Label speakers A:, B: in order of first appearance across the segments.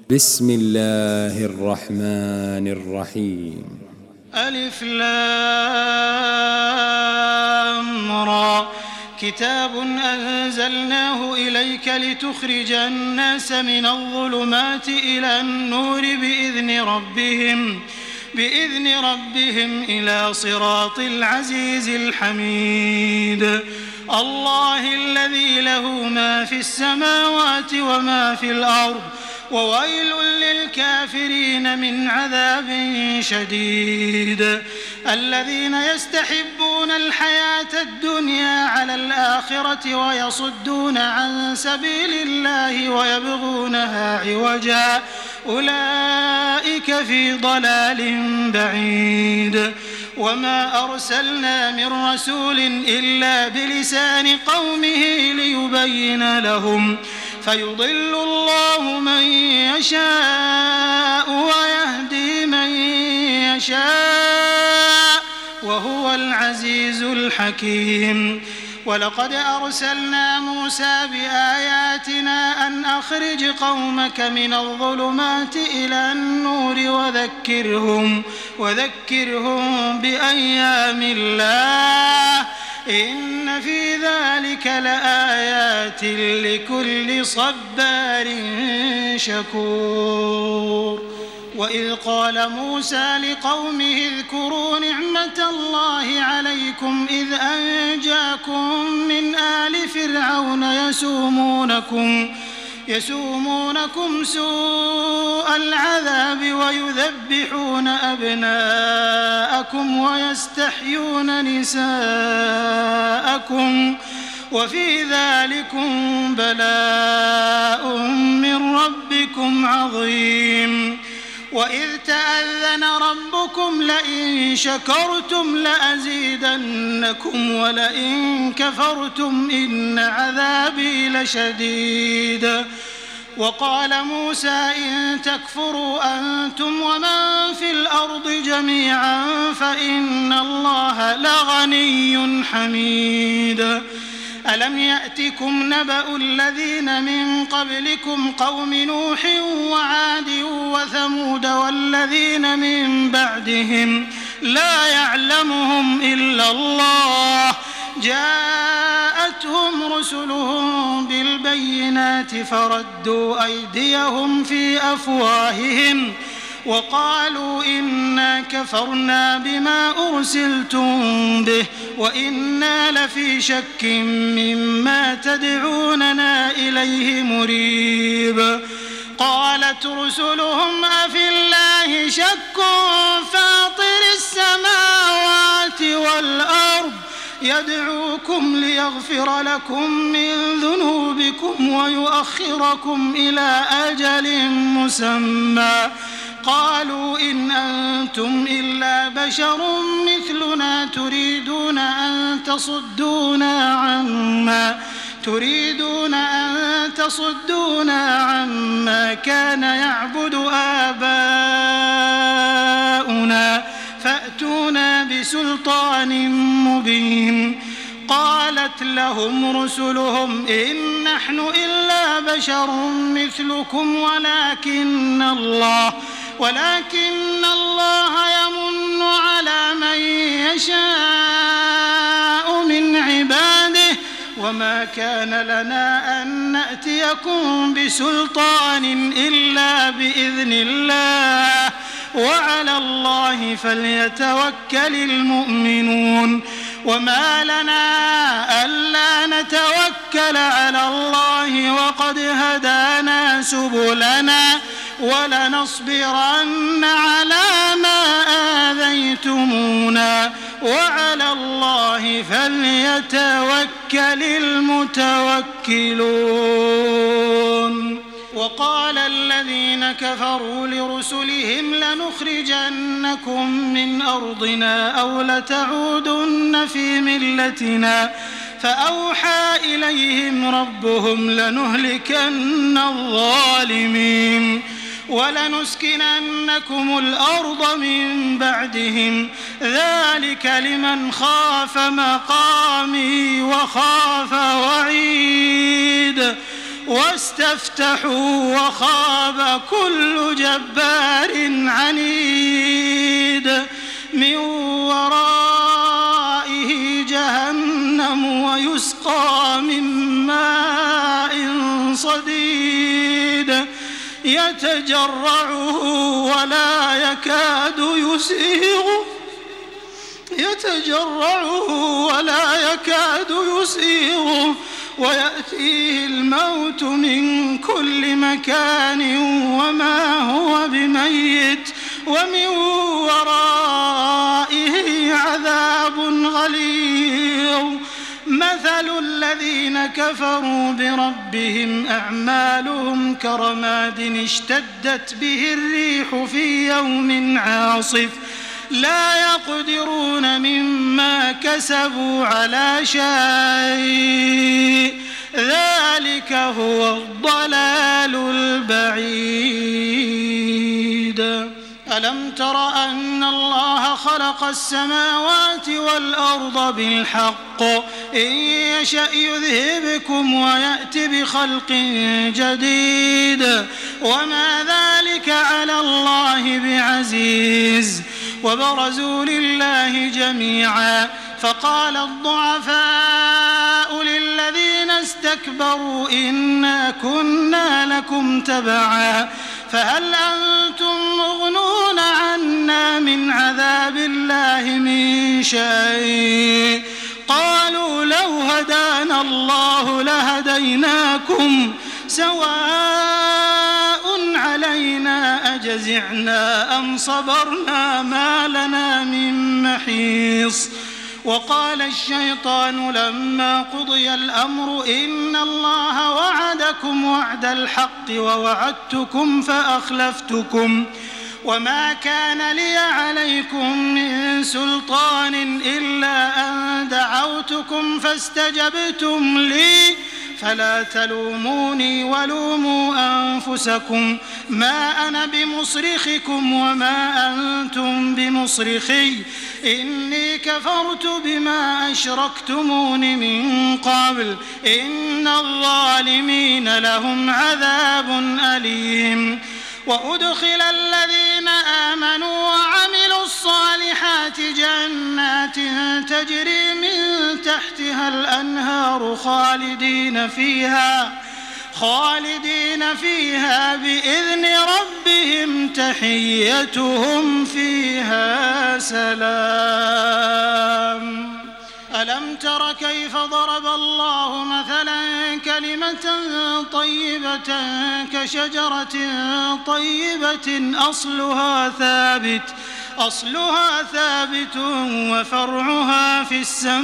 A: بسم الله الرحمن الرحيم.
B: ألف لام را. كتاب أنزلناه إليك لتخرج الناس من الظلمات إلى النور بإذن ربهم إلى صراط العزيز الحميد. الله الذي له ما في السماوات وما في الأرض وويل للكافرين من عذاب شديد. الذين يستحبون الحياة الدنيا على الآخرة ويصدون عن سبيل الله ويبغونها عوجا أولئك في ضلال بعيد. وما أرسلنا من رسول إلا بلسان قومه ليبين لهم فيضل الله من يشاء ويهدي من يشاء وهو العزيز الحكيم. ولقد أرسلنا موسى بآياتنا أن أخرج قومك من الظلمات إلى النور وذكرهم بأيام الله إن في ذلك لآيات لكل صبار شكور. وإذ قال موسى لقومه اذكروا نعمة الله عليكم إذ أنجاكم من آل فرعون يسومونكم سوء العذاب ويذبحون أبناءكم ويستحيون نساءكم وفي ذلكم بلاء من ربكم عظيم. وإذ تأذن ربكم لئن شكرتم لأزيدنكم ولئن كفرتم إن عذابي لشديد. وقال موسى إن تكفروا أنتم ومن في الأرض جميعا فإن الله لغني حميد. ألم يأتكم نبأ الذين من قبلكم قوم نوح وعاد وثمود والذين من بعدهم لا يعلمهم إلا الله جاءتهم رسلهم بالبينات فردوا أيديهم في أفواههم وقالوا إنا كفرنا بما أرسلتم به وإنا لفي شك مما تدعوننا إليه مريب. قالت رسلهم أفي الله شك فاطر السماوات والأرض يدعوكم ليغفر لكم من ذنوبكم ويؤخركم إلى أجل مسمى قالوا إن أنتم إلا بشر مثلنا تريدون أن تصدونا عما كان يعبد آباؤنا فأتونا بسلطان مبين. قالت لهم رسلهم إن نحن إلا بشر مثلكم ولكن الله يمن على من يشاء من عباده وما كان لنا أن نأتيكم بسلطان إلا بإذن الله وعلى الله فليتوكل المؤمنون. وما لنا ألا نتوكل على الله وقد هدانا سبلنا ولنصبرن على ما آذيتمونا وعلى الله فليتوكل المتوكلون. وقال الذين كفروا لرسلهم لنخرجنكم من أرضنا أو لتعودن في ملتنا فأوحى إليهم ربهم لنهلكن الظالمين ولنسكننكم الأرض من بعدهم ذلك لمن خاف مقامي وخاف وعيد. واستفتحوا وخاب كل جبار عنيد من ورائه جهنم ويسقى من ماء صديد يتجرعه ولا يكاد يسيغه ويأتيه الموت من كل مكان وما هو بميت ومن ورائه عذاب غليظ مثل الذين كفروا بربهم أعمالهم كرماد اشتدت به الريح في يوم عاصف لا يقدرون مما كسبوا على شيء ذلك هو الضلال البعيد. ألم تر أن الله خلق السماوات والأرض بالحق إن يشأ يذهبكم ويأت بخلق جديد وما ذلك على الله بعزيز. وبرزوا لله جميعا فقال الضعفاء للذين استكبروا إنا كنا لكم تبعا فهل أنتم مغنون عنا من عذاب الله من شيء قالوا لو هدانا الله لهديناكم سواء علينا أجزعنا أم صبرنا ما لنا من محيص. وقال الشيطان لما قضي الأمر إن الله وعدكم وعد الحق ووعدتكم فأخلفتكم وما كان لي عليكم من سلطان إلا أن دعوتكم فاستجبتم لي فلا تلوموني ولوموا أنفسكم ما أنا بمصرخكم وما أنتم بمصرخي إني كفرت بما أشركتمون من قبل إن الظالمين لهم عذاب أليم. وأدخل الذين آمنوا وعملوا الصالحات جنات تجري من تحتها الأنهار خالدين فيها بإذن ربهم تحيتهم فيها سلام. ألم تر كيف ضرب الله مثلا كلمة طيبة كشجرة طيبة أصلها ثابت وفرعها في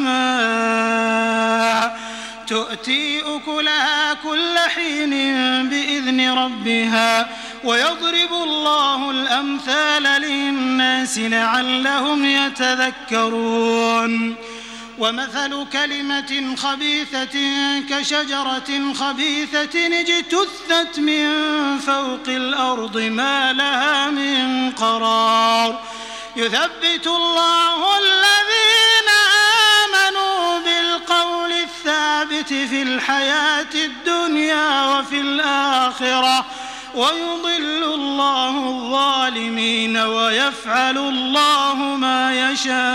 B: السماء تؤتي أكلها كل حين بإذن ربها ويضرب الله الأمثال للناس لعلهم يتذكرون. ومثل كلمة خبيثة كشجرة خبيثة اجتثت من فوق الأرض ما لها من قرار يثبت الله الذين آمنوا بالقول الثابت في الحياة الدنيا وفي الآخرة ويضل الله الظالمين ويفعل الله ما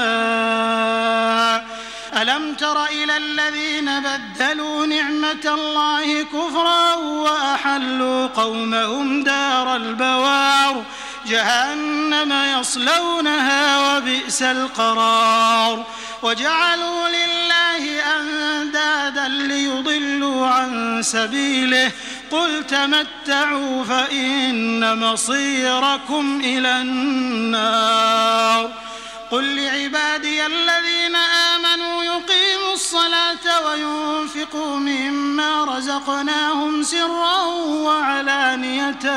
B: يشاء. ألم تر إلى الذين بدلوا نعمة الله كفرا وأحلوا قومهم دار البوار جهنم يصلونها وبئس القرار وجعلوا لله أندادا ليضلوا عن سبيله قل تمتعوا فإن مصيركم إلى النار. قل لعبادي الذين آمنوا يقيموا الصلاة وينفقوا مما رزقناهم سرا وعلانية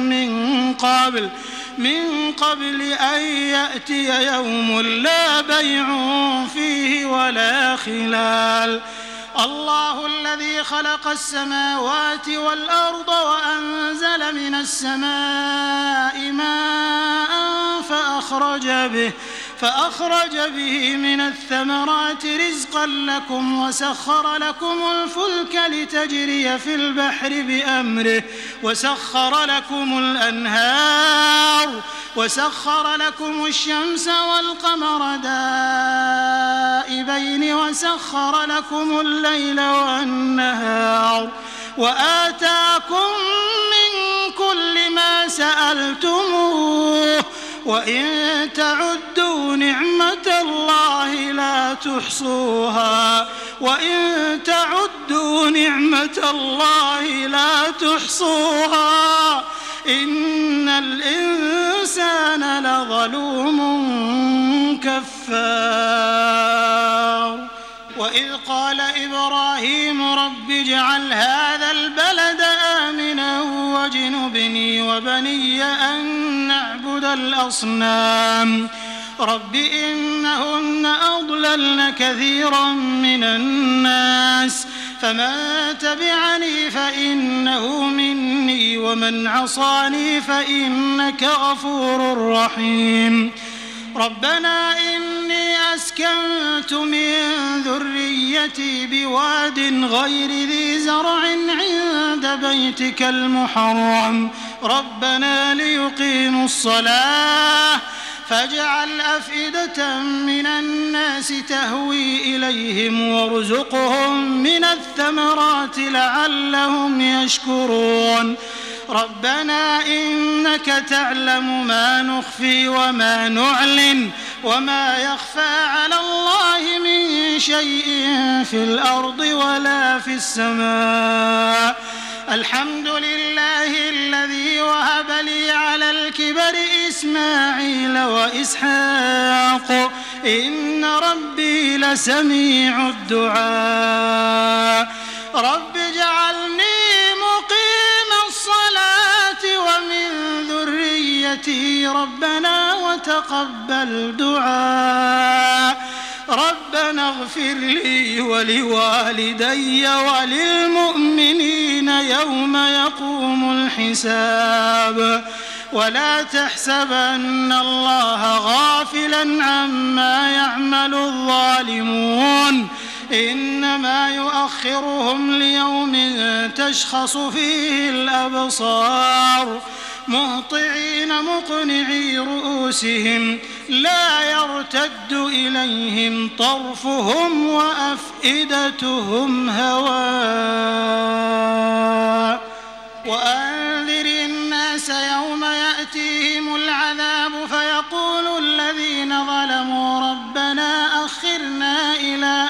B: من قبل أن يأتي يوم لا بيع فيه ولا خلال. الله الذي خلق السماوات والأرض وأنزل من السماء ماء فأخرج به من الثمرات رزقا لكم وسخر لكم الفلك لتجري في البحر بأمره وسخر لكم الأنهار وسخر لكم الشمس والقمر دائبين وسخر لكم الليل والنهار وآتاكم من كل ما سألتموه وإن تعدوا نعمة الله لا تحصوها إن الإنسان لظلوم كفار. وإذ قال إبراهيم رب اجعل هذا البلد آمنا واجنبني وبني أن نعبد الأصنام رب إنهن أضللن كثيرا من الناس فمن تبعني فإنه مني ومن عصاني فإنك غفور رحيم. ربنا إني أسكنت من ذريتي بواد غير ذي زرع عند بيتك المحرم ربنا ليقيموا الصلاة فاجعل أفئدة من الناس تهوي إليهم وارزقهم من الثمرات لعلهم يشكرون. ربنا إنك تعلم ما نخفي وما نعلن وما يخفى على الله من شيء في الأرض ولا في السماء. الحمد لله الذي وهب لي على الكبر إسماعيل وإسحاق إن ربي لسميع الدعاء. رب اجعلني مقيم الصلاة ومن ذريتي ربنا وتقبل دعاء. ربنا اغفر لي ولوالدي وللمؤمنين يوم يقوم الحساب. ولا تحسبن الله غافلا عما يعمل الظالمون إنما يؤخرهم ليوم تشخص فيه الأبصار مهطعين مقنعي رؤوسهم لا يرتد إليهم طرفهم وأفئدتهم هواء. وأنذر الناس يوم يأتيهم العذاب فيقول الذين ظلموا ربنا أخرنا إلى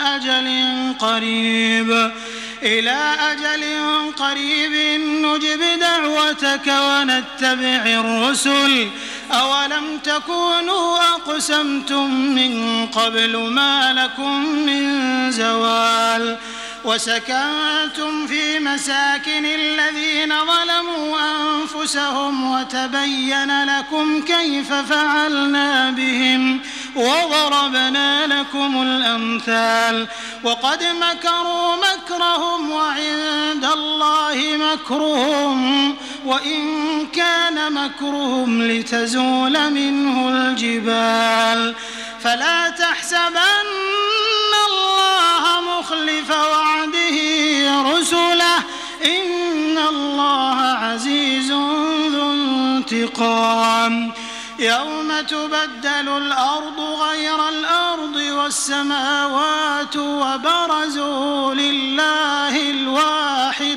B: أجل قريب نجب دعوتك ونتبع الرسل أولم تكونوا أقسمتم من قبل ما لكم من زوال. وسكنتم في مساكن الذين ظلموا أنفسهم وتبين لكم كيف فعلنا بهم وضربنا لكم الأمثال. وقد مكروا مكرهم وعند الله مكرهم وإن كان مكرهم لتزول منه الجبال. فلا تحسبن الله مخلف وعده رسله إن الله عزيز ذو انتقام. يوم تبدل الأرض غير الأرض والسماوات وبرزوا لله الواحد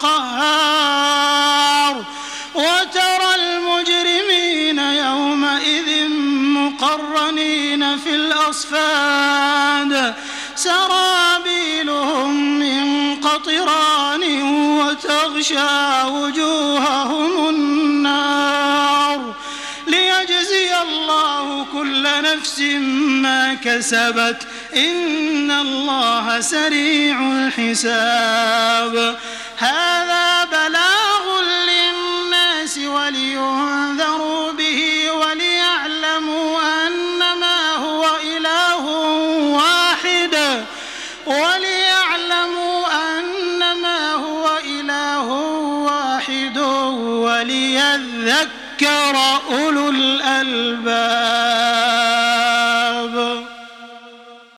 B: القهار. وترى المجرمين يومئذ مقرنين في الأصفاد سرابيلهم من قطران وتغشى وجوههم النار ليجزي الله كل نفس ما كسبت إن الله سريع الحساب. هذا بلاغ للناس ولينذروا به وليعلموا أنما هو إله واحد وليذكر أولو الألباب.